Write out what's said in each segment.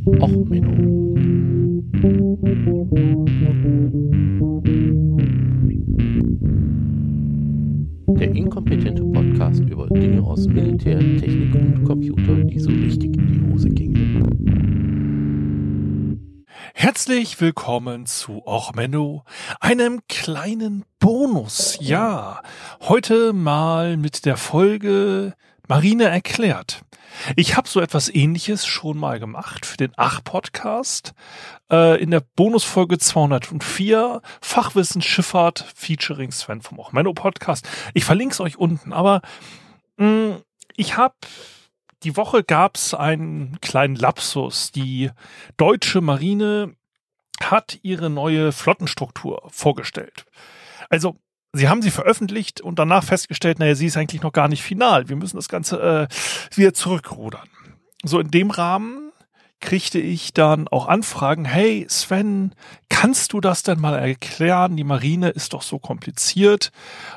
Och, Menno. Der inkompetente Podcast über Dinge aus Militär, Technik und Computer, die so richtig in die Hose gingen. Herzlich willkommen zu Och Menno, einem kleinen Bonus. Ja, heute mal mit der Folge Marine erklärt. Ich habe so etwas Ähnliches schon mal gemacht für den Ach-Podcast in der Bonusfolge 204 Fachwissen Schifffahrt featuring Sven vom Och Menno Podcast. Ich verlinke es euch unten, aber die Woche gab es einen kleinen Lapsus. Die deutsche Marine hat ihre neue Flottenstruktur vorgestellt. Also, sie haben sie veröffentlicht und danach festgestellt, naja, sie ist eigentlich noch gar nicht final. Wir müssen das Ganze wieder zurückrudern. So in dem Rahmen kriegte ich dann auch Anfragen, hey Sven, kannst du das denn mal erklären? Die Marine ist doch so kompliziert.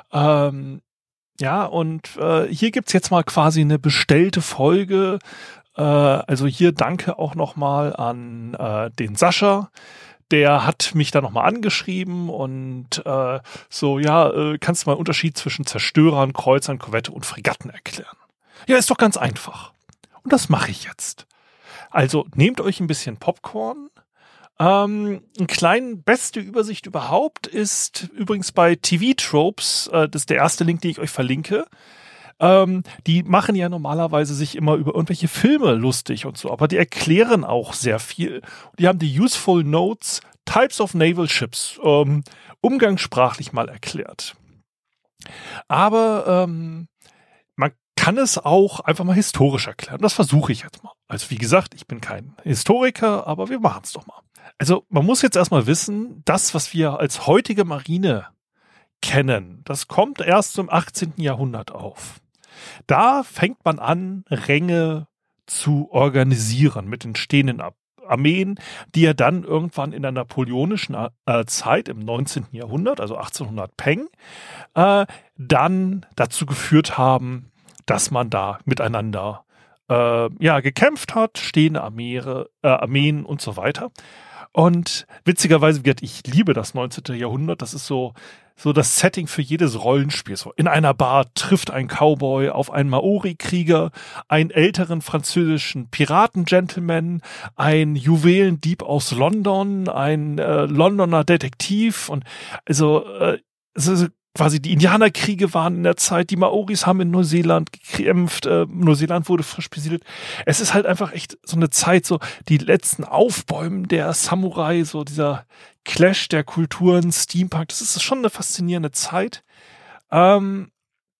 Ja, und hier gibt's jetzt mal quasi eine bestellte Folge. Also hier danke auch nochmal an den Sascha. Der hat mich da nochmal angeschrieben und kannst du mal einen Unterschied zwischen Zerstörern, Kreuzern, Korvette und Fregatten erklären? Ja, ist doch ganz einfach. Und das mache ich jetzt. Also nehmt euch ein bisschen Popcorn. Eine kleine beste Übersicht überhaupt ist übrigens bei TV Tropes, das ist der erste Link, den ich euch verlinke. Die machen ja normalerweise sich immer über irgendwelche Filme lustig und so, aber die erklären auch sehr viel. Die haben die Useful Notes, Types of Naval Ships, umgangssprachlich mal erklärt. Aber man kann es auch einfach mal historisch erklären. Das versuche ich jetzt mal. Also wie gesagt, ich bin kein Historiker, aber wir machen es doch mal. Also man muss jetzt erstmal wissen, das, was wir als heutige Marine kennen, das kommt erst zum 18. Jahrhundert auf. Da fängt man an, Ränge zu organisieren mit den stehenden Armeen, die ja dann irgendwann in der napoleonischen Zeit im 19. Jahrhundert, also 1800 Peng, dann dazu geführt haben, dass man da miteinander gekämpft hat, stehende Armeen und so weiter. Und witzigerweise, ich liebe das 19. Jahrhundert, das ist so das Setting für jedes Rollenspiel. So in einer Bar trifft ein Cowboy auf einen Maori-Krieger, einen älteren französischen Piraten-Gentleman, ein Juwelendieb aus London, ein Londoner Detektiv und quasi die Indianerkriege waren in der Zeit, die Maoris haben in Neuseeland gekämpft, Neuseeland wurde frisch besiedelt. Es ist halt einfach echt so eine Zeit, so die letzten Aufbäumen der Samurai, so dieser Clash der Kulturen, Steampunk, das ist schon eine faszinierende Zeit. In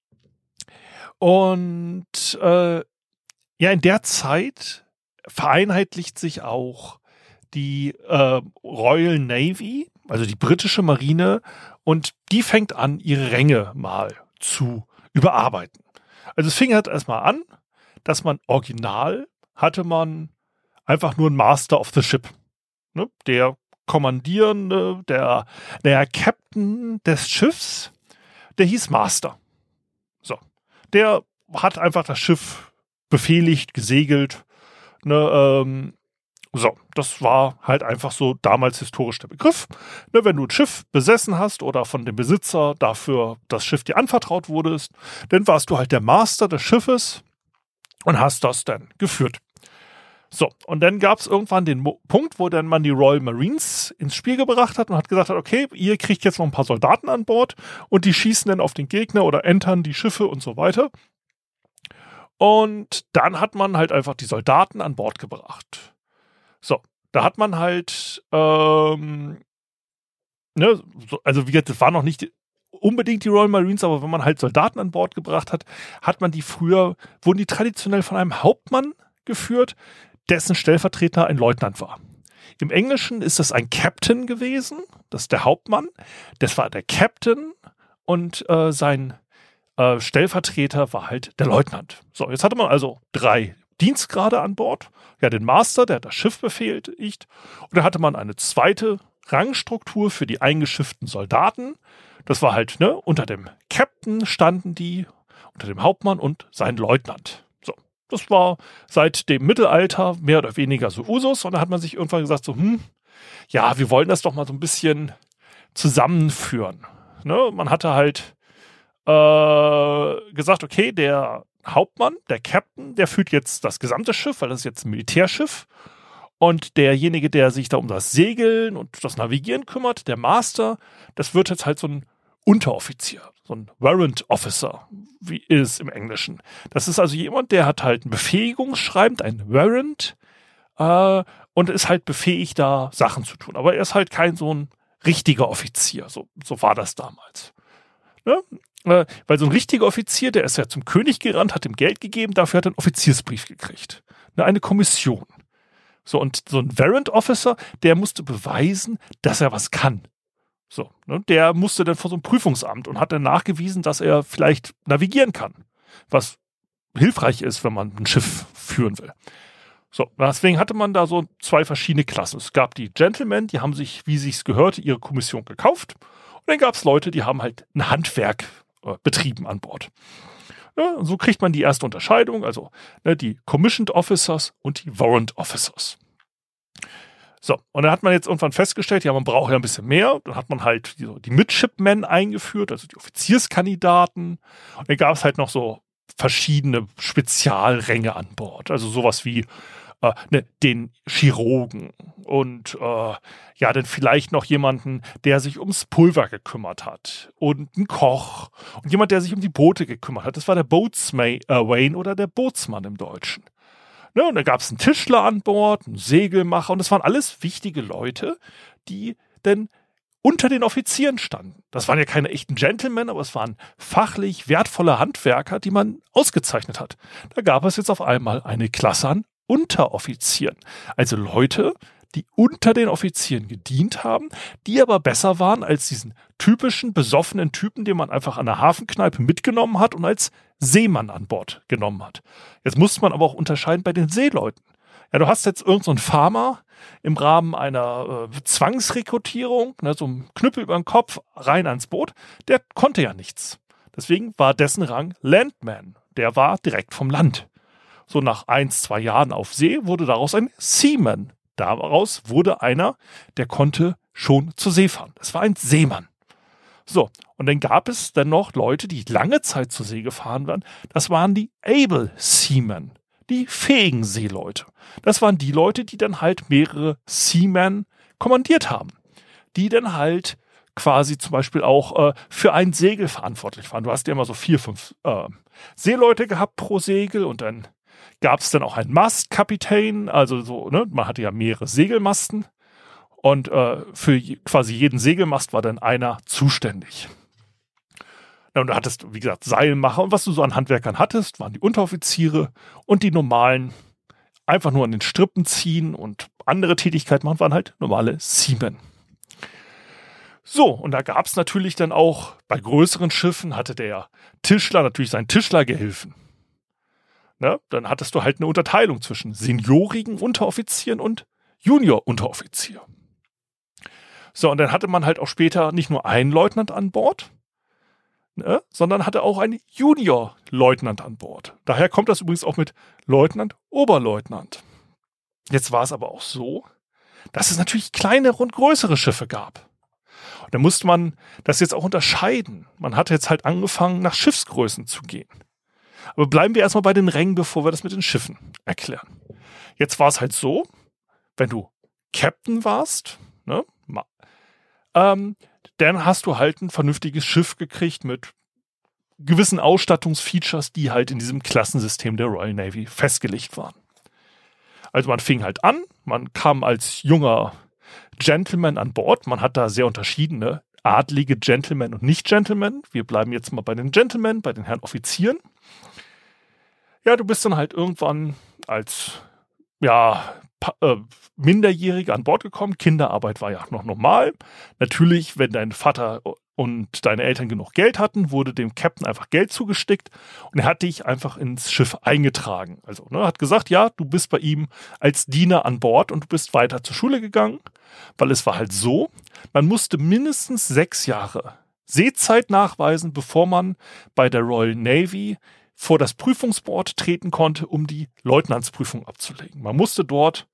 der Zeit vereinheitlicht sich auch die Royal Navy, also die britische Marine, und die fängt an, ihre Ränge mal zu überarbeiten. Also es fing halt erstmal an, dass man original hatte man einfach nur einen Master of the Ship. Ne? Der Kommandierende, der Captain des Schiffs, der hieß Master. So. Der hat einfach das Schiff befehligt, gesegelt, ne, das war halt einfach so damals historisch der Begriff. Ne, wenn du ein Schiff besessen hast oder von dem Besitzer dafür das Schiff dir anvertraut wurdest, dann warst du halt der Master des Schiffes und hast das dann geführt. So, und dann gab es irgendwann den Punkt, wo dann man die Royal Marines ins Spiel gebracht hat und hat gesagt, okay, ihr kriegt jetzt noch ein paar Soldaten an Bord und die schießen dann auf den Gegner oder entern die Schiffe und so weiter. Und dann hat man halt einfach die Soldaten an Bord gebracht. So, da hat man halt, also wie gesagt, das war noch nicht unbedingt die Royal Marines, aber wenn man halt Soldaten an Bord gebracht hat, wurden die traditionell von einem Hauptmann geführt, dessen Stellvertreter ein Leutnant war. Im Englischen ist das ein Captain gewesen, das ist der Hauptmann, das war der Captain und sein Stellvertreter war halt der Leutnant. So, jetzt hatte man also 3 Dienstgrade an Bord. Ja, den Master, der hat das Schiff befehligt. Und da hatte man eine zweite Rangstruktur für die eingeschifften Soldaten. Das war halt, unter dem Captain standen die, unter dem Hauptmann und sein Leutnant. So, Das war seit dem Mittelalter mehr oder weniger so Usus. Und da hat man sich irgendwann gesagt so, ja, wir wollen das doch mal so ein bisschen zusammenführen. Ne? Man hatte halt gesagt, okay, der Hauptmann, der Captain, der führt jetzt das gesamte Schiff, weil das ist jetzt ein Militärschiff. Und derjenige, der sich da um das Segeln und das Navigieren kümmert, der Master, das wird jetzt halt so ein Unteroffizier, so ein Warrant Officer, wie ist im Englischen. Das ist also jemand, der hat halt ein Befähigungsschreiben, ein Warrant, und ist halt befähigt, da Sachen zu tun. Aber er ist halt kein so ein richtiger Offizier. So war das damals. Ne? Weil so ein richtiger Offizier, der ist ja zum König gerannt, hat ihm Geld gegeben, dafür hat er einen Offiziersbrief gekriegt. Ne? Eine Kommission. So, und so ein Warrant Officer, der musste beweisen, dass er was kann. So, ne? Der musste dann vor so einem Prüfungsamt und hat dann nachgewiesen, dass er vielleicht navigieren kann. Was hilfreich ist, wenn man ein Schiff führen will. So, deswegen hatte man da so 2 verschiedene Klassen. Es gab die Gentlemen, die haben sich, wie sich's gehörte, ihre Kommission gekauft. Und dann gab es Leute, die haben halt ein Handwerk betrieben an Bord. Ja, und so kriegt man die erste Unterscheidung, also die Commissioned Officers und die Warrant Officers. So, und dann hat man jetzt irgendwann festgestellt, ja, man braucht ja ein bisschen mehr. Dann hat man halt die Midshipmen eingeführt, also die Offizierskandidaten. Und dann gab es halt noch so verschiedene Spezialränge an Bord. Also sowas wie den Chirurgen und dann vielleicht noch jemanden, der sich ums Pulver gekümmert hat und einen Koch und jemand, der sich um die Boote gekümmert hat. Das war der Boatswain oder der Bootsmann im Deutschen. Ne, und da gab es einen Tischler an Bord, einen Segelmacher und das waren alles wichtige Leute, die denn unter den Offizieren standen. Das waren ja keine echten Gentlemen, aber es waren fachlich wertvolle Handwerker, die man ausgezeichnet hat. Da gab es jetzt auf einmal eine Klasse an Unteroffizieren. Also Leute, die unter den Offizieren gedient haben, die aber besser waren als diesen typischen besoffenen Typen, den man einfach an der Hafenkneipe mitgenommen hat und als Seemann an Bord genommen hat. Jetzt muss man aber auch unterscheiden bei den Seeleuten. Ja, du hast jetzt irgend so einen Farmer im Rahmen einer Zwangsrekrutierung, so ein Knüppel über den Kopf, rein ans Boot, der konnte ja nichts. Deswegen war dessen Rang Landman. Der war direkt vom Land. So nach 1-2 Jahren auf See wurde daraus ein Seaman. Daraus wurde einer, der konnte schon zur See fahren. Das war ein Seemann. So, und dann gab es dann noch Leute, die lange Zeit zur See gefahren waren. Das waren die Able Seamen, die fähigen Seeleute. Das waren die Leute, die dann halt mehrere Seamen kommandiert haben. Die dann halt quasi zum Beispiel auch für ein Segel verantwortlich waren. Du hast ja immer so 4-5 Seeleute gehabt pro Segel und dann gab es dann auch einen Mastkapitän, also so, man hatte ja mehrere Segelmasten und für quasi jeden Segelmast war dann einer zuständig. Und du hattest, wie gesagt, Seilmacher und was du so an Handwerkern hattest, waren die Unteroffiziere und die normalen, einfach nur an den Strippen ziehen und andere Tätigkeiten machen, waren halt normale Seamen. So, und da gab es natürlich dann auch, bei größeren Schiffen hatte der Tischler natürlich seinen Tischlergehilfen. Ne? Dann hattest du halt eine Unterteilung zwischen seniorigen Unteroffizieren und Junior-Unteroffizier. So, und dann hatte man halt auch später nicht nur einen Leutnant an Bord, ne, sondern hatte auch einen Junior-Leutnant an Bord. Daher kommt das übrigens auch mit Leutnant, Oberleutnant. Jetzt war es aber auch so, dass es natürlich kleinere und größere Schiffe gab. Und da musste man das jetzt auch unterscheiden. Man hat jetzt halt angefangen, nach Schiffsgrößen zu gehen. Aber bleiben wir erstmal bei den Rängen, bevor wir das mit den Schiffen erklären. Jetzt war es halt so, wenn du Captain warst, ne, dann hast du halt ein vernünftiges Schiff gekriegt mit gewissen Ausstattungsfeatures, die halt in diesem Klassensystem der Royal Navy festgelegt waren. Also man fing halt an, man kam als junger Gentleman an Bord, man hat da sehr unterschiedene adlige Gentlemen und Nicht-Gentlemen. Wir bleiben jetzt mal bei den Gentlemen, bei den Herren Offizieren. Ja, du bist dann halt irgendwann als Minderjähriger an Bord gekommen. Kinderarbeit war ja noch normal. Natürlich, wenn dein Vater und deine Eltern genug Geld hatten, wurde dem Captain einfach Geld zugestickt und er hat dich einfach ins Schiff eingetragen. Also hat gesagt, ja, du bist bei ihm als Diener an Bord und du bist weiter zur Schule gegangen, weil es war halt so, man musste mindestens 6 Jahre Seezeit nachweisen, bevor man bei der Royal Navy vor das Prüfungsboard treten konnte, um die Leutnantsprüfung abzulegen. Man musste dort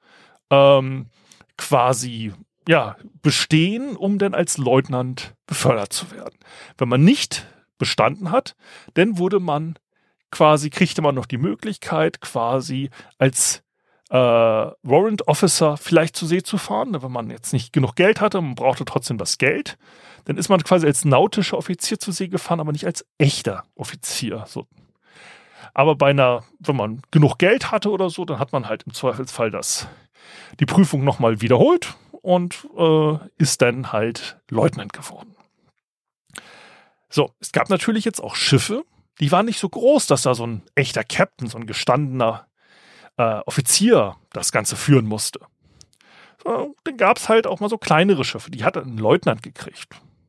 quasi bestehen, um dann als Leutnant befördert zu werden. Wenn man nicht bestanden hat, dann kriegte man noch die Möglichkeit, quasi als Warrant Officer vielleicht zur See zu fahren. Wenn man jetzt nicht genug Geld hatte, man brauchte trotzdem das Geld, dann ist man quasi als nautischer Offizier zur See gefahren, aber nicht als echter Offizier. So. Aber wenn man genug Geld hatte oder so, dann hat man halt im Zweifelsfall die Prüfung nochmal wiederholt und ist dann halt Leutnant geworden. So, es gab natürlich jetzt auch Schiffe, die waren nicht so groß, dass da so ein echter Captain, so ein gestandener Offizier das Ganze führen musste. So, dann gab es halt auch mal so kleinere Schiffe, die hat ein Leutnant gekriegt.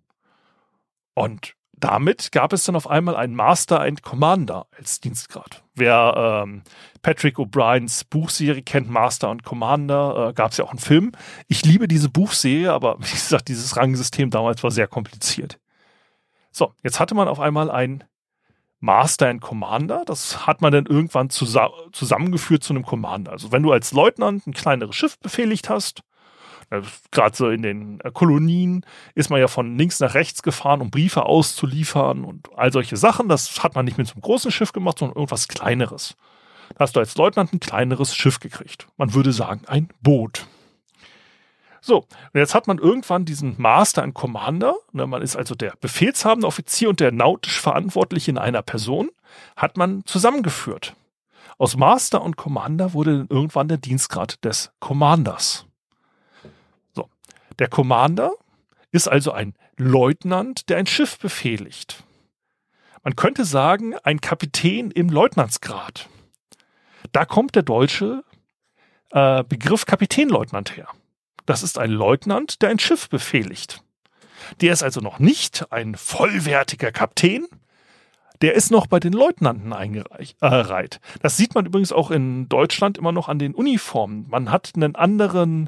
Und damit gab es dann auf einmal einen Master and Commander als Dienstgrad. Wer Patrick O'Briens Buchserie kennt, Master und Commander, gab es ja auch einen Film. Ich liebe diese Buchserie, aber wie gesagt, dieses Rangsystem damals war sehr kompliziert. So, jetzt hatte man auf einmal einen Master and Commander. Das hat man dann irgendwann zusammengeführt zu einem Commander. Also wenn du als Leutnant ein kleineres Schiff befehligt hast, gerade so in den Kolonien ist man ja von links nach rechts gefahren, um Briefe auszuliefern und all solche Sachen. Das hat man nicht mit so einem großen Schiff gemacht, sondern irgendwas Kleineres. Da hast du als Leutnant ein kleineres Schiff gekriegt. Man würde sagen, ein Boot. So, und jetzt hat man irgendwann diesen Master and Commander, man ist also der befehlshabende Offizier und der nautisch Verantwortliche in einer Person, hat man zusammengeführt. Aus Master und Commander wurde dann irgendwann der Dienstgrad des Commanders. So, der Commander ist also ein Leutnant, der ein Schiff befehligt. Man könnte sagen, ein Kapitän im Leutnantsgrad. Da kommt der deutsche Begriff Kapitänleutnant her. Das ist ein Leutnant, der ein Schiff befehligt. Der ist also noch nicht ein vollwertiger Kapitän. Der ist noch bei den Leutnanten eingereiht. Das sieht man übrigens auch in Deutschland immer noch an den Uniformen. Man hat einen anderen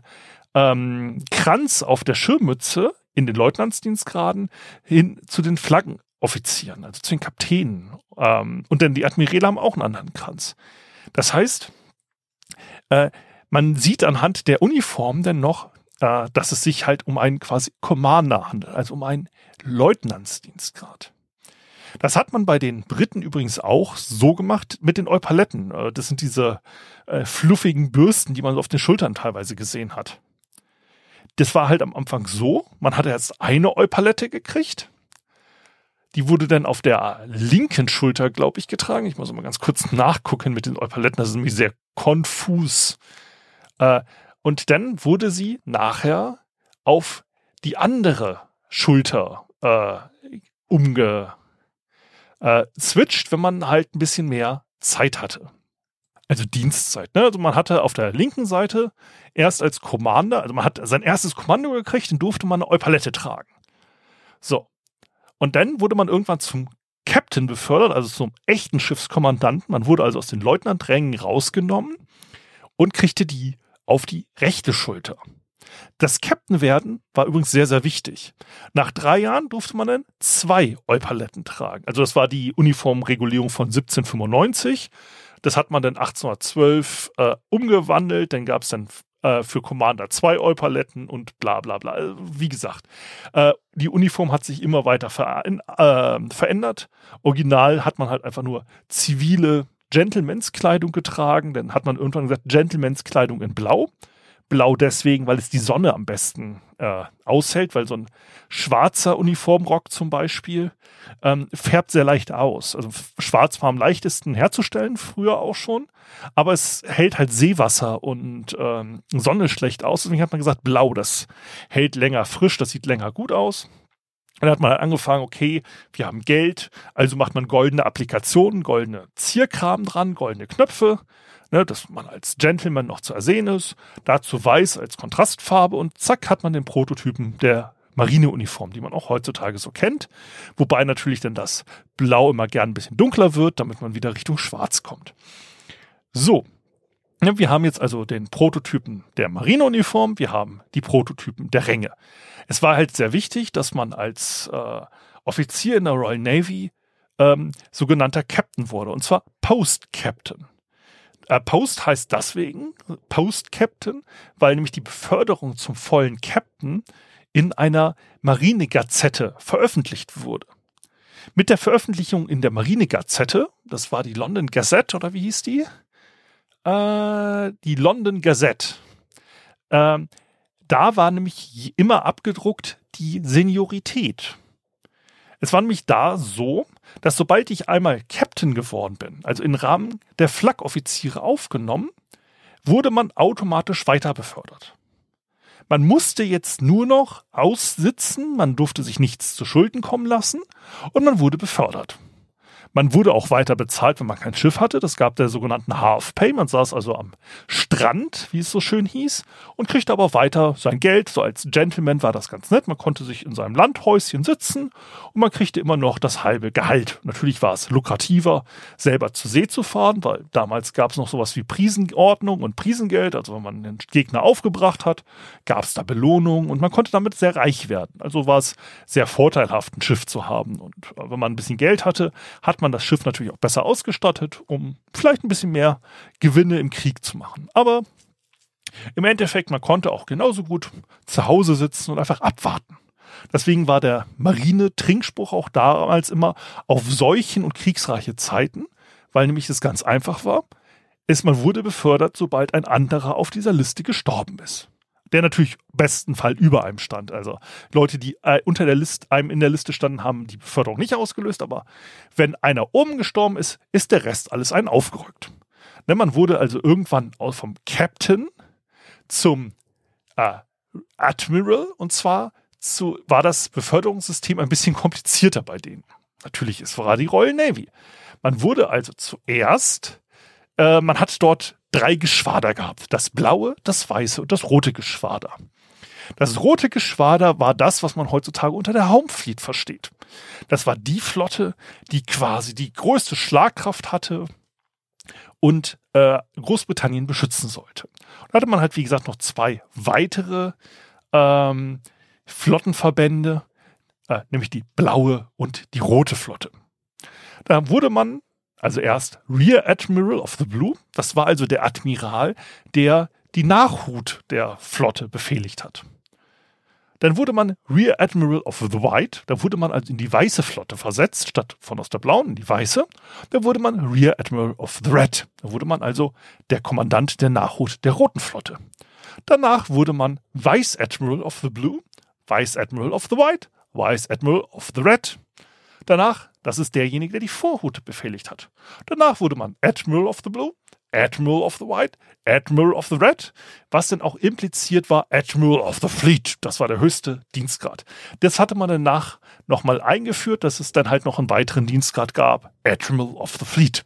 Kranz auf der Schirmmütze in den Leutnantsdienstgraden hin zu den Flaggenoffizieren, also zu den Kapitänen. Und dann die Admiräle haben auch einen anderen Kranz. Das heißt, man sieht anhand der Uniform dann noch, dass es sich halt um einen quasi Commander handelt, also um einen Leutnantsdienstgrad. Das hat man bei den Briten übrigens auch so gemacht mit den Eupaletten. Das sind diese fluffigen Bürsten, die man so auf den Schultern teilweise gesehen hat. Das war halt am Anfang so, man hatte jetzt eine Eupalette gekriegt. Die wurde dann auf der linken Schulter, glaube ich, getragen. Ich muss mal ganz kurz nachgucken mit den Eupaletten, das ist nämlich sehr konfus. Und dann wurde sie nachher auf die andere Schulter switcht, wenn man halt ein bisschen mehr Zeit hatte. Also Dienstzeit. Ne? Also man hatte auf der linken Seite erst als Commander, also man hat sein erstes Kommando gekriegt, dann durfte man eine Eupalette tragen. So. Und dann wurde man irgendwann zum Captain befördert, also zum echten Schiffskommandanten. Man wurde also aus den Leutnanträngen rausgenommen und kriegte die auf die rechte Schulter. Das Captain werden war übrigens sehr, sehr wichtig. Nach 3 Jahren durfte man dann 2 Eupaletten tragen. Also das war die Uniformregulierung von 1795. Das hat man dann 1812 umgewandelt. Dann gab es dann für Commander 2 Eupaletten und bla bla bla. Also, wie gesagt, die Uniform hat sich immer weiter verändert. Original hat man halt einfach nur zivile Gentlemanskleidung getragen. Dann hat man irgendwann gesagt, Gentlemanskleidung in Blau. Blau deswegen, weil es die Sonne am besten aushält, weil so ein schwarzer Uniformrock zum Beispiel färbt sehr leicht aus. Also schwarz war am leichtesten herzustellen, früher auch schon, aber es hält halt Seewasser und Sonne schlecht aus. Deswegen hat man gesagt, Blau, das hält länger frisch, das sieht länger gut aus. Dann hat man halt angefangen, okay, wir haben Geld, also macht man goldene Applikationen, goldene Zierkram dran, goldene Knöpfe, ne, dass man als Gentleman noch zu ersehen ist, dazu weiß als Kontrastfarbe und zack hat man den Prototypen der Marineuniform, die man auch heutzutage so kennt, wobei natürlich dann das Blau immer gern ein bisschen dunkler wird, damit man wieder Richtung Schwarz kommt. So, wir haben jetzt also den Prototypen der Marineuniform, wir haben die Prototypen der Ränge. Es war halt sehr wichtig, dass man als Offizier in der Royal Navy sogenannter Captain wurde, und zwar Post-Captain. Post heißt deswegen Post-Captain, weil nämlich die Beförderung zum vollen Captain in einer Marinegazette veröffentlicht wurde. Mit der Veröffentlichung in der Marinegazette, das war die London Gazette, oder wie hieß die? Die London Gazette. Da war nämlich immer abgedruckt die Seniorität. Es war nämlich da so, dass sobald ich einmal Captain geworden bin, also im Rahmen der Flak-Offiziere aufgenommen, wurde man automatisch weiter befördert. Man musste jetzt nur noch aussitzen, man durfte sich nichts zu Schulden kommen lassen und man wurde befördert. Man wurde auch weiter bezahlt, wenn man kein Schiff hatte. Das gab der sogenannten Half-Pay. Man saß also am Strand, wie es so schön hieß, und kriegte aber weiter sein Geld. So als Gentleman war das ganz nett. Man konnte sich in seinem Landhäuschen sitzen und man kriegte immer noch das halbe Gehalt. Natürlich war es lukrativer, selber zur See zu fahren, weil damals gab es noch sowas wie Prisenordnung und Prisengeld. Also wenn man den Gegner aufgebracht hat, gab es da Belohnung und man konnte damit sehr reich werden. Also war es sehr vorteilhaft, ein Schiff zu haben. Und wenn man ein bisschen Geld hatte, hat man das Schiff natürlich auch besser ausgestattet, um vielleicht ein bisschen mehr Gewinne im Krieg zu machen. Aber im Endeffekt, man konnte auch genauso gut zu Hause sitzen und einfach abwarten. Deswegen war der Marine-Trinkspruch auch damals immer auf Seuchen und kriegsreiche Zeiten, weil nämlich es ganz einfach war. Man wurde befördert, sobald ein anderer auf dieser Liste gestorben ist. Der natürlich im besten Fall über einem stand. Also Leute, die unter der Liste, einem in der Liste standen, haben die Beförderung nicht ausgelöst. Aber wenn einer oben gestorben ist, ist der Rest alles einen aufgerückt. Ne, man wurde also irgendwann vom Captain zum Admiral. Und zwar war das Beförderungssystem ein bisschen komplizierter bei denen. Natürlich, es war die Royal Navy. Man wurde also zuerst, man hat dort 3 Geschwader gehabt. Das blaue, das weiße und das rote Geschwader. Das rote Geschwader war das, was man heutzutage unter der Home Fleet versteht. Das war die Flotte, die quasi die größte Schlagkraft hatte und Großbritannien beschützen sollte. Da hatte man halt, wie gesagt, noch 2 weitere Flottenverbände, nämlich die blaue und die rote Flotte. Da wurde man also erst Rear Admiral of the Blue, das war also der Admiral, der die Nachhut der Flotte befehligt hat. Dann wurde man Rear Admiral of the White, da wurde man also in die weiße Flotte versetzt, statt von aus der blauen in die weiße. Da wurde man Rear Admiral of the Red, da wurde man also der Kommandant der Nachhut der roten Flotte. Danach wurde man Vice Admiral of the Blue, Vice Admiral of the White, Vice Admiral of the Red. Danach, das ist derjenige, der die Vorhut befehligt hat. Danach wurde man Admiral of the Blue, Admiral of the White, Admiral of the Red, was dann auch impliziert war Admiral of the Fleet. Das war der höchste Dienstgrad. Das hatte man danach nochmal eingeführt, dass es dann halt noch einen weiteren Dienstgrad gab, Admiral of the Fleet.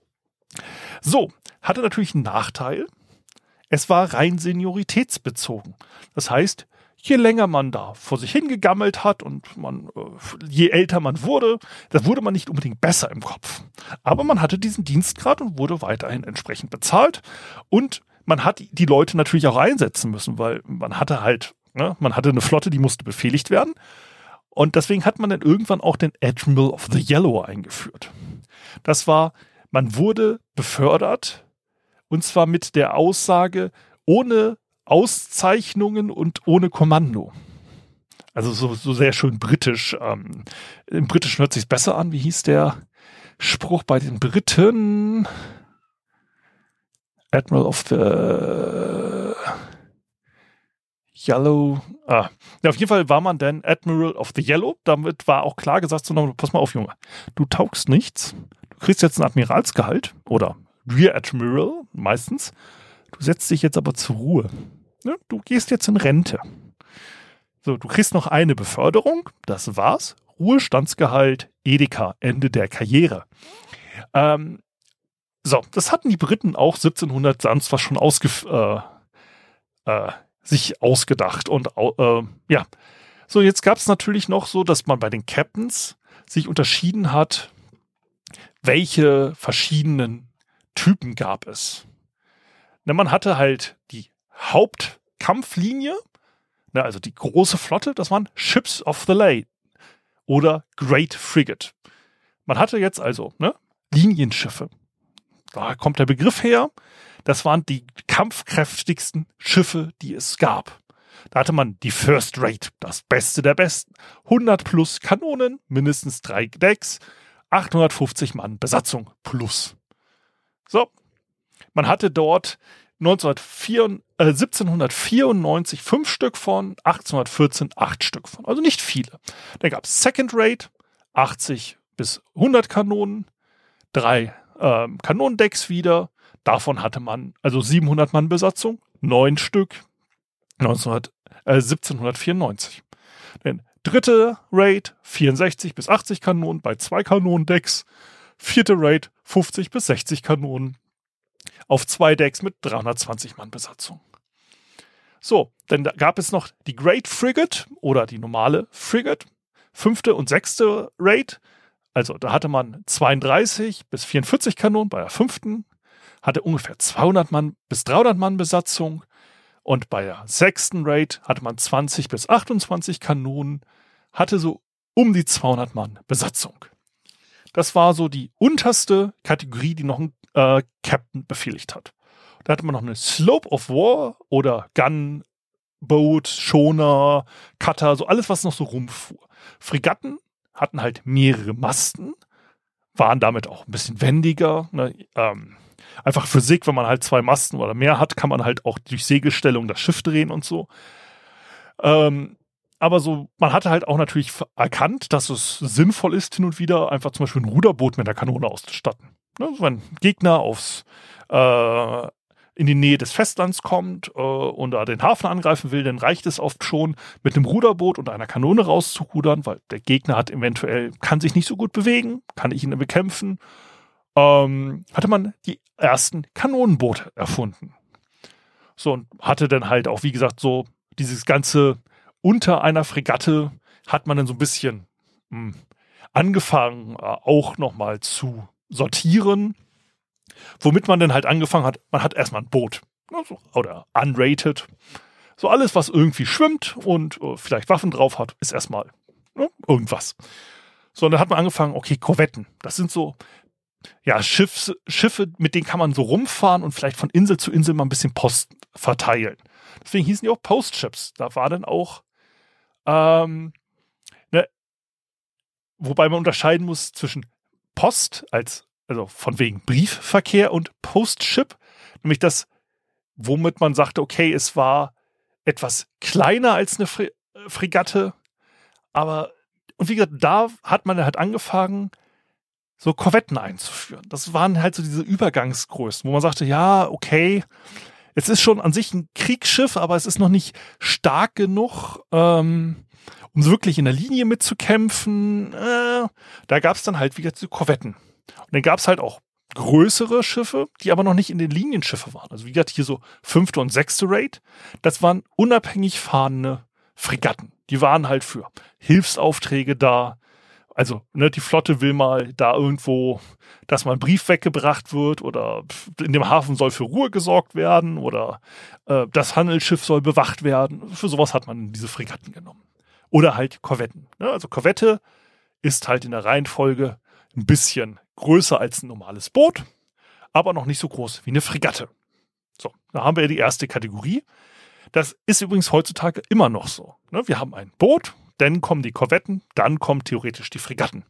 So, hatte natürlich einen Nachteil. Es war rein senioritätsbezogen. Das heißt, je länger man da vor sich hingegammelt hat und je älter man wurde, da wurde man nicht unbedingt besser im Kopf. Aber man hatte diesen Dienstgrad und wurde weiterhin entsprechend bezahlt. Und man hat die Leute natürlich auch einsetzen müssen, weil man hatte halt, man hatte eine Flotte, die musste befehligt werden. Und deswegen hat man dann irgendwann auch den Admiral of the Yellow eingeführt. Das war, man wurde befördert und zwar mit der Aussage, ohne Auszeichnungen und ohne Kommando. Also so sehr schön britisch. Im Britischen hört sich's besser an. Wie hieß der Spruch bei den Briten? Admiral of the Yellow. Ja, auf jeden Fall war man dann Admiral of the Yellow. Damit war auch klar gesagt, so, pass mal auf, Junge. Du taugst nichts. Du kriegst jetzt ein Admiralsgehalt oder Rear Admiral meistens. Du setzt dich jetzt aber zur Ruhe. Du gehst jetzt in Rente. So, du kriegst noch eine Beförderung. Das war's. Ruhestandsgehalt, Edeka, Ende der Karriere. So, das hatten die Briten auch 1700 sonst was schon sich ausgedacht. Und ja, so jetzt gab es natürlich noch so, dass man bei den Captains sich unterschieden hat, welche verschiedenen Typen gab es. Man hatte halt die Hauptkampflinie, also die große Flotte, das waren Ships of the Line oder Great Frigate. man hatte jetzt also Linienschiffe. Da kommt der Begriff her. Das waren die kampfkräftigsten Schiffe, die es gab. Da hatte man die First Rate, das Beste der Besten. 100 plus Kanonen, mindestens 3 Decks, 850 Mann Besatzung plus. So, man hatte dort 1794 5 Stück von, 1814 8 Stück von. Also nicht viele. Dann gab es Second Rate, 80 bis 100 Kanonen, 3 Kanonendecks wieder. Davon hatte man also 700 Mann Besatzung, 9 Stück, 1794. Dann dritte Raid, 64 bis 80 Kanonen bei 2 Kanonendecks. Vierte Raid, 50 bis 60 Kanonen auf 2 Decks mit 320 Mann Besatzung. So, dann gab es noch die Great Frigate oder die normale Frigate, 5. und 6. Raid. Also da hatte man 32 bis 44 Kanonen bei der 5. Hatte ungefähr 200 Mann bis 300 Mann Besatzung. Und bei der 6. Raid hatte man 20 bis 28 Kanonen, hatte so um die 200 Mann Besatzung. Das war so die unterste Kategorie, die noch ein Captain befehligt hat. Da hatte man noch eine Slope of War oder Gun, Boat, Schoner, Cutter, so alles, was noch so rumfuhr. Fregatten hatten halt mehrere Masten, waren damit auch ein bisschen wendiger. Einfach Physik, wenn man halt 2 Masten oder mehr hat, kann man halt auch durch Segelstellung das Schiff drehen und so. Aber so, man hatte halt auch natürlich erkannt, dass es sinnvoll ist, hin und wieder einfach zum Beispiel ein Ruderboot mit einer Kanone auszustatten. Wenn ein Gegner in die Nähe des Festlands kommt und da den Hafen angreifen will, dann reicht es oft schon, mit einem Ruderboot und einer Kanone rauszurudern, weil der Gegner kann sich nicht so gut bewegen, kann ich ihn bekämpfen. Hatte man die ersten Kanonenboote erfunden. So, und hatte dann halt auch, wie gesagt, so dieses ganze unter einer Fregatte hat man dann so ein bisschen angefangen, auch nochmal zu sortieren, womit man dann halt angefangen hat, man hat erstmal ein Boot, oder unrated, so alles, was irgendwie schwimmt und vielleicht Waffen drauf hat, ist erstmal irgendwas. So, und dann hat man angefangen, okay, Korvetten, das sind so Schiffe, mit denen kann man so rumfahren und vielleicht von Insel zu Insel mal ein bisschen Post verteilen. Deswegen hießen die auch Postships. Da war dann auch wobei man unterscheiden muss zwischen Post also von wegen Briefverkehr und Postship, nämlich das, womit man sagte, okay, es war etwas kleiner als eine Fregatte, und wie gesagt, da hat man halt angefangen, so Korvetten einzuführen. Das waren halt so diese Übergangsgrößen, wo man sagte, ja, okay, es ist schon an sich ein Kriegsschiff, aber es ist noch nicht stark genug, um so wirklich in der Linie mitzukämpfen. Da gab es dann halt wie gesagt die Korvetten. Und dann gab es halt auch größere Schiffe, die aber noch nicht in den Linienschiffe waren. Also wie gesagt, hier so 5. und 6. Raid. Das waren unabhängig fahrende Fregatten. Die waren halt für Hilfsaufträge da. Also die Flotte will mal da irgendwo, dass mal ein Brief weggebracht wird oder in dem Hafen soll für Ruhe gesorgt werden oder das Handelsschiff soll bewacht werden. Für sowas hat man diese Fregatten genommen. Oder halt Korvetten. Also Korvette ist halt in der Reihenfolge ein bisschen größer als ein normales Boot, aber noch nicht so groß wie eine Fregatte. So, da haben wir die erste Kategorie. Das ist übrigens heutzutage immer noch so. Wir haben ein Boot, dann kommen die Korvetten, dann kommen theoretisch die Fregatten.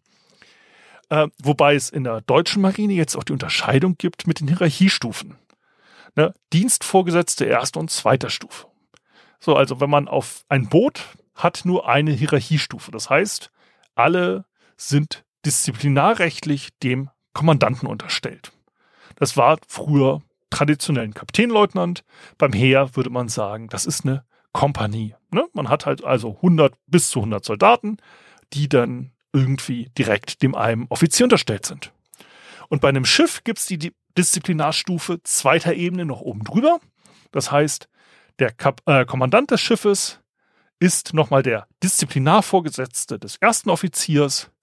Wobei es in der deutschen Marine jetzt auch die Unterscheidung gibt mit den Hierarchiestufen. Dienstvorgesetzte 1. und 2. Stufe. So, also wenn man auf ein Boot hat nur eine Hierarchiestufe. Das heißt, alle sind disziplinarrechtlich dem Kommandanten unterstellt. Das war früher traditionell ein Kapitänleutnant. Beim Heer würde man sagen, das ist eine Kompanie. Man hat halt also 100 bis zu 100 Soldaten, die dann irgendwie direkt dem einem Offizier unterstellt sind. Und bei einem Schiff gibt es die Disziplinarstufe 2. Ebene noch oben drüber. Das heißt, der Kommandant des Schiffes ist nochmal der Disziplinarvorgesetzte des 1. Offiziers.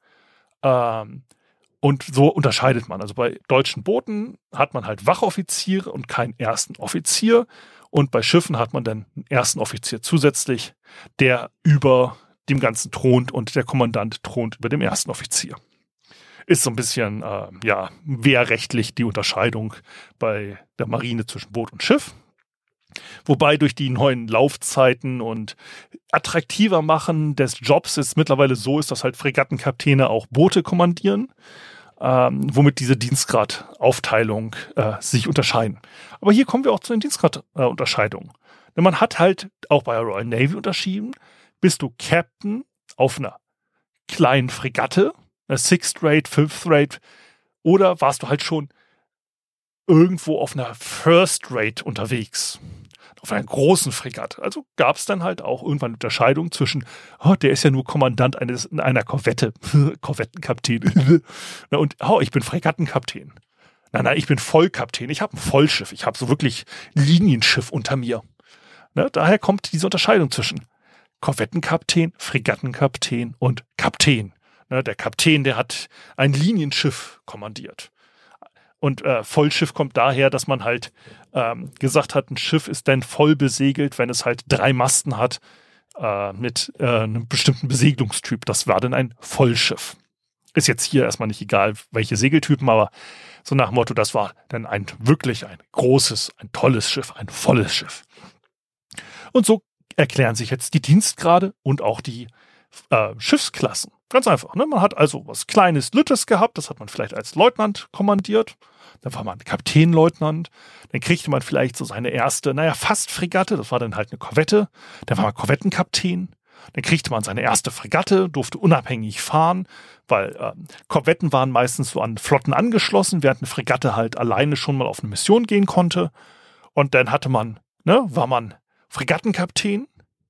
Und so unterscheidet man. Also bei deutschen Booten hat man halt Wachoffiziere und keinen 1. Offizier. Und bei Schiffen hat man dann einen 1. Offizier zusätzlich, der über dem Ganzen thront und der Kommandant thront über dem 1. Offizier. ist so ein bisschen, wehrrechtlich die Unterscheidung bei der Marine zwischen Boot und Schiff. Wobei durch die neuen Laufzeiten und attraktiver machen des Jobs es mittlerweile so ist, dass halt Fregattenkapitäne auch Boote kommandieren, womit diese Dienstgradaufteilung sich unterscheiden. Aber hier kommen wir auch zu den Dienstgradunterscheidungen. Denn man hat halt auch bei der Royal Navy unterschieden, bist du Captain auf einer kleinen Fregatte, einer Sixth Rate, Fifth Rate, oder warst du halt schon irgendwo auf einer First Rate unterwegs, auf einer großen Fregatte. Also gab es dann halt auch irgendwann Unterscheidung zwischen, der ist ja nur Kommandant einer Korvette, Korvettenkapitän, und ich bin Fregattenkapitän. Nein, ich bin Vollkapitän, ich habe ein Vollschiff, ich habe so wirklich ein Linienschiff unter mir. Daher kommt diese Unterscheidung zwischen Korvettenkapitän, Fregattenkapitän und Kapitän. Der Kapitän, der hat ein Linienschiff kommandiert. Und Vollschiff kommt daher, dass man halt gesagt hat, ein Schiff ist dann voll besegelt, wenn es halt 3 Masten hat mit einem bestimmten Besegelungstyp. Das war dann ein Vollschiff. Ist jetzt hier erstmal nicht egal, welche Segeltypen, aber so nach dem Motto, das war dann wirklich ein großes, ein tolles Schiff, ein volles Schiff. Und so erklären sich jetzt die Dienstgrade und auch die Schiffsklassen. Ganz einfach. Man hat also was Kleines, Lüttes gehabt, das hat man vielleicht als Leutnant kommandiert. Dann war man Kapitänleutnant. Dann kriegte man vielleicht so seine erste, fast Fregatte, das war dann halt eine Korvette. Dann war man Korvettenkapitän. Dann kriegte man seine erste Fregatte, durfte unabhängig fahren, weil Korvetten waren meistens so an Flotten angeschlossen, während eine Fregatte halt alleine schon mal auf eine Mission gehen konnte. Und dann war man Fregattenkapitän.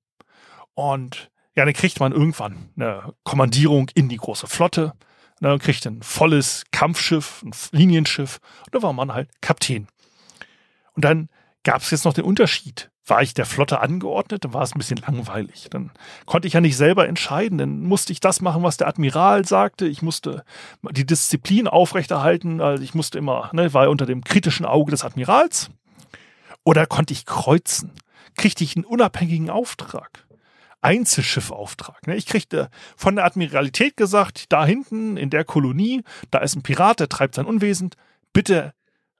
Und dann kriegt man irgendwann eine Kommandierung in die große Flotte, kriegt ein volles Kampfschiff, ein Linienschiff, und da war man halt Kapitän. Und dann gab es jetzt noch den Unterschied. War ich der Flotte angeordnet, dann war es ein bisschen langweilig. Dann konnte ich ja nicht selber entscheiden, dann musste ich das machen, was der Admiral sagte. Ich musste die Disziplin aufrechterhalten, also ich musste immer, war unter dem kritischen Auge des Admirals. Oder konnte ich kreuzen? Kriegte ich einen unabhängigen Auftrag? Einzelschiffauftrag. Ich kriegte von der Admiralität gesagt, da hinten in der Kolonie, da ist ein Pirat, der treibt sein Unwesen. Bitte,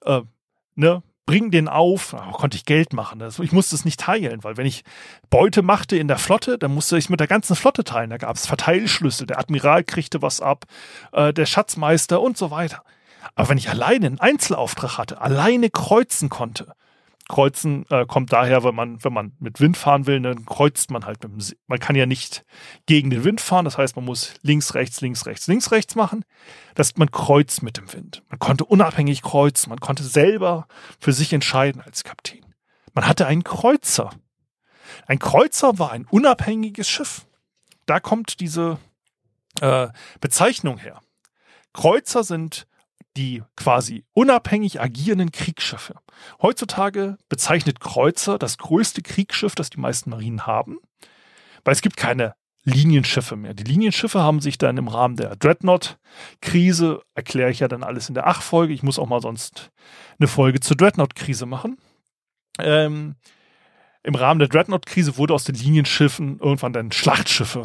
bring den auf. Da konnte ich Geld machen. Ich musste es nicht teilen, weil wenn ich Beute machte in der Flotte, dann musste ich es mit der ganzen Flotte teilen. Da gab es Verteilschlüssel. Der Admiral kriegte was ab, der Schatzmeister und so weiter. Aber wenn ich alleine einen Einzelauftrag hatte, alleine kreuzen konnte, Kreuzen kommt daher, wenn man mit Wind fahren will, dann kreuzt man halt man kann ja nicht gegen den Wind fahren, das heißt, man muss links, rechts, links, rechts, links, rechts machen. Man kreuzt mit dem Wind. Man konnte unabhängig kreuzen, man konnte selber für sich entscheiden als Kapitän. Man hatte einen Kreuzer. Ein Kreuzer war ein unabhängiges Schiff. Da kommt diese Bezeichnung her. Kreuzer sind die quasi unabhängig agierenden Kriegsschiffe. Heutzutage bezeichnet Kreuzer das größte Kriegsschiff, das die meisten Marinen haben, weil es gibt keine Linienschiffe mehr. Die Linienschiffe haben sich dann im Rahmen der Dreadnought-Krise, erkläre ich ja dann alles in der Folge, ich muss auch mal sonst eine Folge zur Dreadnought-Krise machen. Im Rahmen der Dreadnought-Krise wurde aus den Linienschiffen irgendwann dann Schlachtschiffe.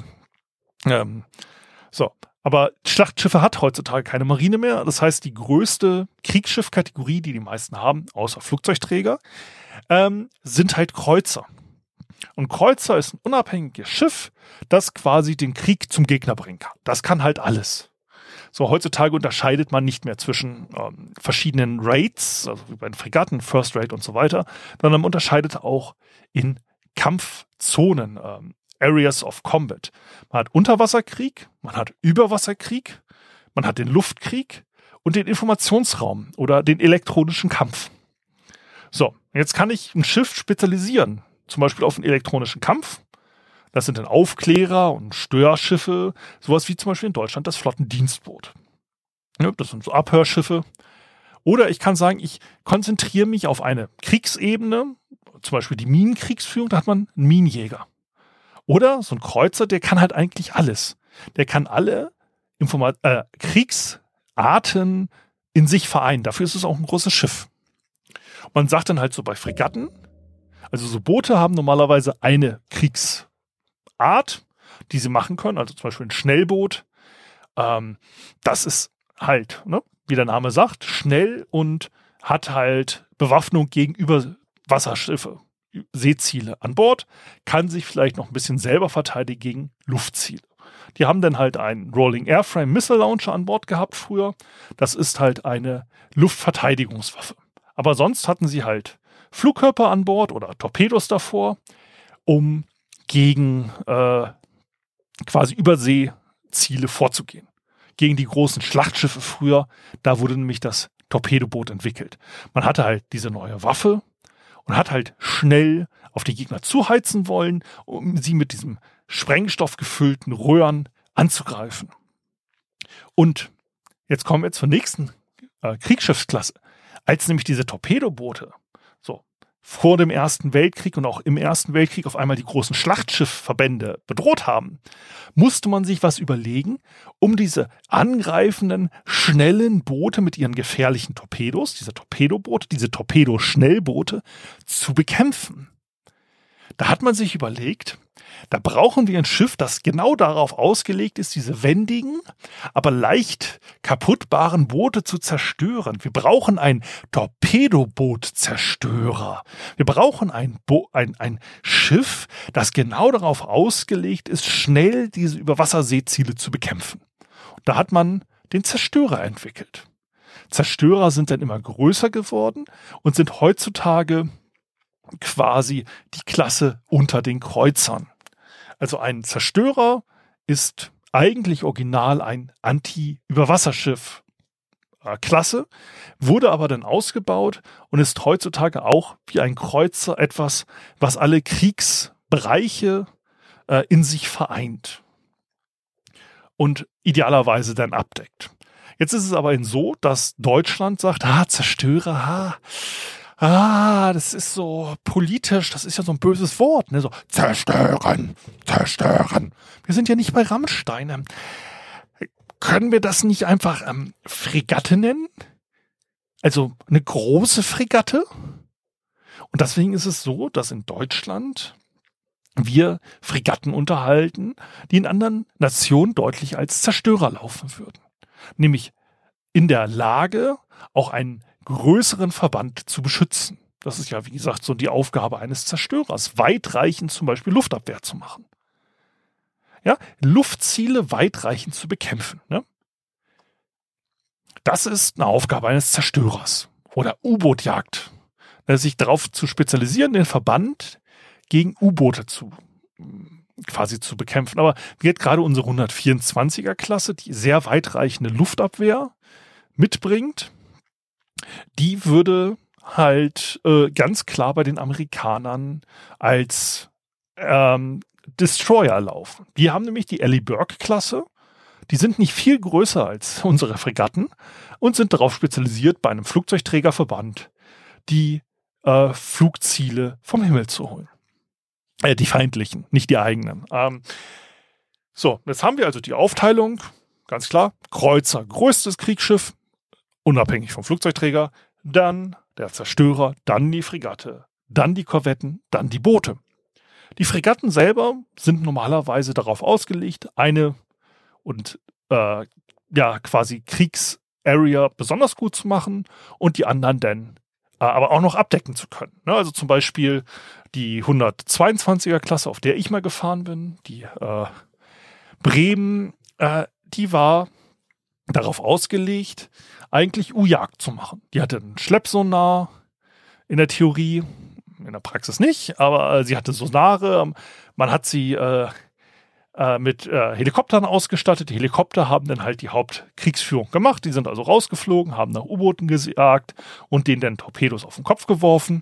Aber Schlachtschiffe hat heutzutage keine Marine mehr. Das heißt, die größte Kriegsschiffkategorie, die meisten haben, außer Flugzeugträger, sind halt Kreuzer. Und Kreuzer ist ein unabhängiges Schiff, das quasi den Krieg zum Gegner bringen kann. Das kann halt alles. So, heutzutage unterscheidet man nicht mehr zwischen verschiedenen Rates, also wie bei den Fregatten, First Rate und so weiter, sondern man unterscheidet auch in Kampfzonen, Areas of Combat. Man hat Unterwasserkrieg, man hat Überwasserkrieg, man hat den Luftkrieg und den Informationsraum oder den elektronischen Kampf. So, jetzt kann ich ein Schiff spezialisieren, zum Beispiel auf den elektronischen Kampf. Das sind dann Aufklärer und Störschiffe, sowas wie zum Beispiel in Deutschland das Flottendienstboot. Ja, das sind so Abhörschiffe. Oder ich kann sagen, ich konzentriere mich auf eine Kriegsebene, zum Beispiel die Minenkriegsführung, da hat man einen Minenjäger. Oder so ein Kreuzer, der kann halt eigentlich alles. Der kann alle Kriegsarten in sich vereinen. Dafür ist es auch ein großes Schiff. Man sagt dann halt so bei Fregatten, also so Boote haben normalerweise eine Kriegsart, die sie machen können. Also zum Beispiel ein Schnellboot. Das ist halt, ne, wie der Name sagt, schnell und hat halt Bewaffnung gegenüber Wasserschiffe, Seeziele an Bord, kann sich vielleicht noch ein bisschen selber verteidigen gegen Luftziele. Die haben dann halt einen Rolling Airframe Missile Launcher an Bord gehabt früher. Das ist halt eine Luftverteidigungswaffe. Aber sonst hatten sie halt Flugkörper an Bord oder Torpedos davor, um gegen quasi Überseeziele vorzugehen. Gegen die großen Schlachtschiffe früher, da wurde nämlich das Torpedoboot entwickelt. Man hatte halt diese neue Waffe und hat halt schnell auf die Gegner zuheizen wollen, um sie mit diesem Sprengstoff gefüllten Röhren anzugreifen. Und jetzt kommen wir zur nächsten Kriegsschiffsklasse. Als nämlich diese Torpedoboote so vor dem Ersten Weltkrieg und auch im Ersten Weltkrieg auf einmal die großen Schlachtschiffverbände bedroht haben, musste man sich was überlegen, um diese angreifenden, schnellen Boote mit ihren gefährlichen Torpedos, diese Torpedoboote, diese Torpedoschnellboote, zu bekämpfen. Da hat man sich überlegt, da brauchen wir ein Schiff, das genau darauf ausgelegt ist, diese wendigen, aber leicht kaputtbaren Boote zu zerstören. Wir brauchen einen Torpedobootzerstörer. Wir brauchen ein Schiff, das genau darauf ausgelegt ist, schnell diese Überwasserseeziele zu bekämpfen. Und da hat man den Zerstörer entwickelt. Zerstörer sind dann immer größer geworden und sind heutzutage quasi die Klasse unter den Kreuzern. Also ein Zerstörer ist eigentlich original ein Anti-Überwasserschiff Klasse, wurde aber dann ausgebaut und ist heutzutage auch wie ein Kreuzer etwas, was alle Kriegsbereiche in sich vereint und idealerweise dann abdeckt. Jetzt ist es aber so, dass Deutschland sagt, Zerstörer, das ist so politisch, das ist ja so ein böses Wort, ne? So, zerstören. Wir sind ja nicht bei Rammstein. Können wir das nicht einfach Fregatte nennen? Also eine große Fregatte? Und deswegen ist es so, dass in Deutschland wir Fregatten unterhalten, die in anderen Nationen deutlich als Zerstörer laufen würden. Nämlich in der Lage, auch einen größeren Verband zu beschützen. Das ist ja, wie gesagt, so die Aufgabe eines Zerstörers, weitreichend zum Beispiel Luftabwehr zu machen. Ja, Luftziele weitreichend zu bekämpfen. Ne? Das ist eine Aufgabe eines Zerstörers. Oder U-Boot-Jagd. Sich darauf zu spezialisieren, den Verband gegen U-Boote quasi zu bekämpfen. Aber wie hat gerade unsere 124er-Klasse, die sehr weitreichende Luftabwehr mitbringt, die würde halt ganz klar bei den Amerikanern als Destroyer laufen. Die haben nämlich die Ellie Burke-Klasse. Die sind nicht viel größer als unsere Fregatten und sind darauf spezialisiert, bei einem Flugzeugträgerverband die Flugziele vom Himmel zu holen. Die feindlichen, nicht die eigenen. So, jetzt haben wir also die Aufteilung, ganz klar, Kreuzer, größtes Kriegsschiff, unabhängig vom Flugzeugträger, dann der Zerstörer, dann die Fregatte, dann die Korvetten, dann die Boote. Die Fregatten selber sind normalerweise darauf ausgelegt, eine und quasi Kriegsarea besonders gut zu machen und die anderen dann aber auch noch abdecken zu können. Ne? Also zum Beispiel die 122er Klasse, auf der ich mal gefahren bin, die Bremen, die war darauf ausgelegt, eigentlich U-Jagd zu machen. Die hatte einen Schleppsonar in der Theorie, in der Praxis nicht, aber sie hatte Sonare. Man hat sie mit Helikoptern ausgestattet. Die Helikopter haben dann halt die Hauptkriegsführung gemacht. Die sind also rausgeflogen, haben nach U-Booten gejagt und denen dann Torpedos auf den Kopf geworfen.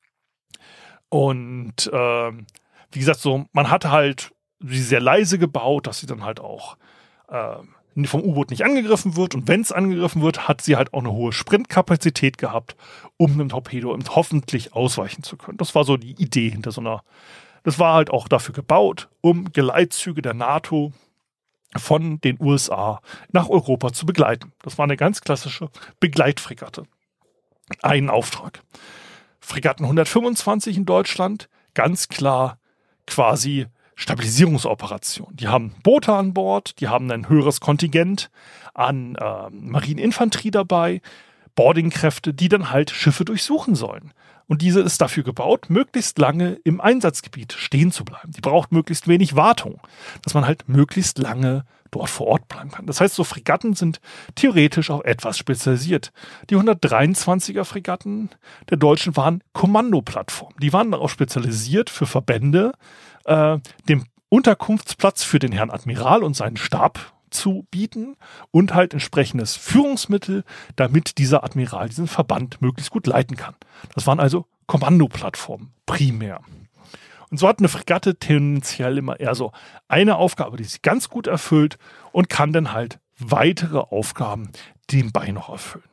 Und wie gesagt, so man hatte halt sie sehr leise gebaut, dass sie dann halt auch vom U-Boot nicht angegriffen wird. Und wenn es angegriffen wird, hat sie halt auch eine hohe Sprintkapazität gehabt, um einem Torpedo hoffentlich ausweichen zu können. Das war so die Idee hinter so einer. Das war halt auch dafür gebaut, um Geleitzüge der NATO von den USA nach Europa zu begleiten. Das war eine ganz klassische Begleitfregatte. Ein Auftrag. Fregatten 125 in Deutschland, ganz klar quasi Stabilisierungsoperationen. Die haben Boote an Bord, die haben ein höheres Kontingent an Marineinfanterie dabei, Boardingkräfte, die dann halt Schiffe durchsuchen sollen. Und diese ist dafür gebaut, möglichst lange im Einsatzgebiet stehen zu bleiben. Die braucht möglichst wenig Wartung, dass man halt möglichst lange dort vor Ort bleiben kann. Das heißt, so Fregatten sind theoretisch auch etwas spezialisiert. Die 123er Fregatten der Deutschen waren Kommandoplattformen. Die waren darauf spezialisiert, für Verbände den Unterkunftsplatz für den Herrn Admiral und seinen Stab zu bieten und halt entsprechendes Führungsmittel, damit dieser Admiral diesen Verband möglichst gut leiten kann. Das waren also Kommandoplattformen primär. Und so hat eine Fregatte tendenziell immer eher so eine Aufgabe, die sie ganz gut erfüllt und kann dann halt weitere Aufgaben nebenbei noch erfüllen.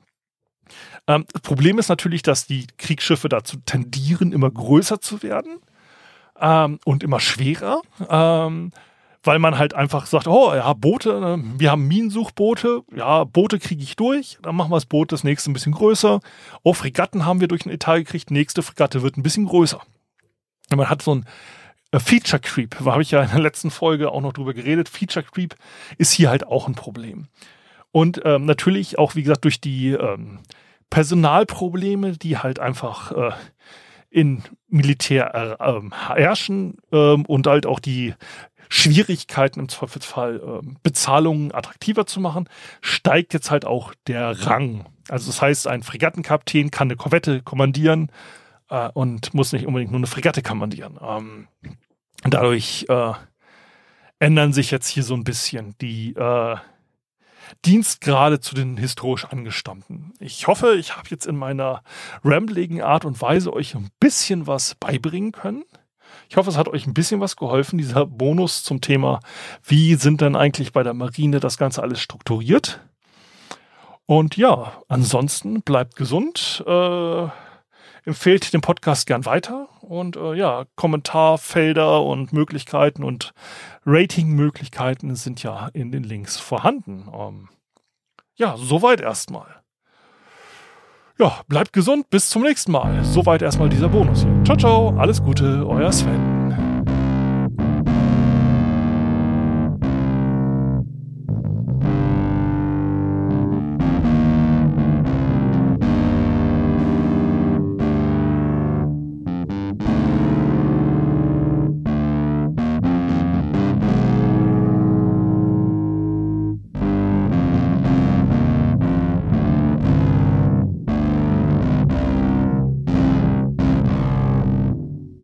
Das Problem ist natürlich, dass die Kriegsschiffe dazu tendieren, immer größer zu werden und immer schwerer, weil man halt einfach sagt, oh ja, Boote, wir haben Minensuchboote, ja, Boote kriege ich durch, dann machen wir das Boot das nächste ein bisschen größer. Oh, Fregatten haben wir durch den Etat gekriegt, nächste Fregatte wird ein bisschen größer. Und man hat so ein Feature Creep, da habe ich ja in der letzten Folge auch noch drüber geredet, Feature Creep ist hier halt auch ein Problem. Und natürlich auch, wie gesagt, durch die Personalprobleme, die halt einfach in Militär herrschen und halt auch die Schwierigkeiten im Zweifelsfall Bezahlungen attraktiver zu machen, steigt jetzt halt auch der Rang. Also das heißt, ein Fregattenkapitän kann eine Korvette kommandieren und muss nicht unbedingt nur eine Fregatte kommandieren. Dadurch ändern sich jetzt hier so ein bisschen die Dienstgrade zu den historisch Angestammten. Ich hoffe, ich habe jetzt in meiner rambling Art und Weise euch ein bisschen was beibringen können. Ich hoffe, es hat euch ein bisschen was geholfen, dieser Bonus zum Thema, wie sind denn eigentlich bei der Marine das Ganze alles strukturiert. Und ja, ansonsten bleibt gesund, empfehlt den Podcast gern weiter und ja, Kommentarfelder und Möglichkeiten und Ratingmöglichkeiten sind ja in den Links vorhanden. Ja, soweit erstmal. Ja, bleibt gesund, bis zum nächsten Mal. Soweit erstmal dieser Bonus hier. Ciao, ciao, alles Gute, euer Sven.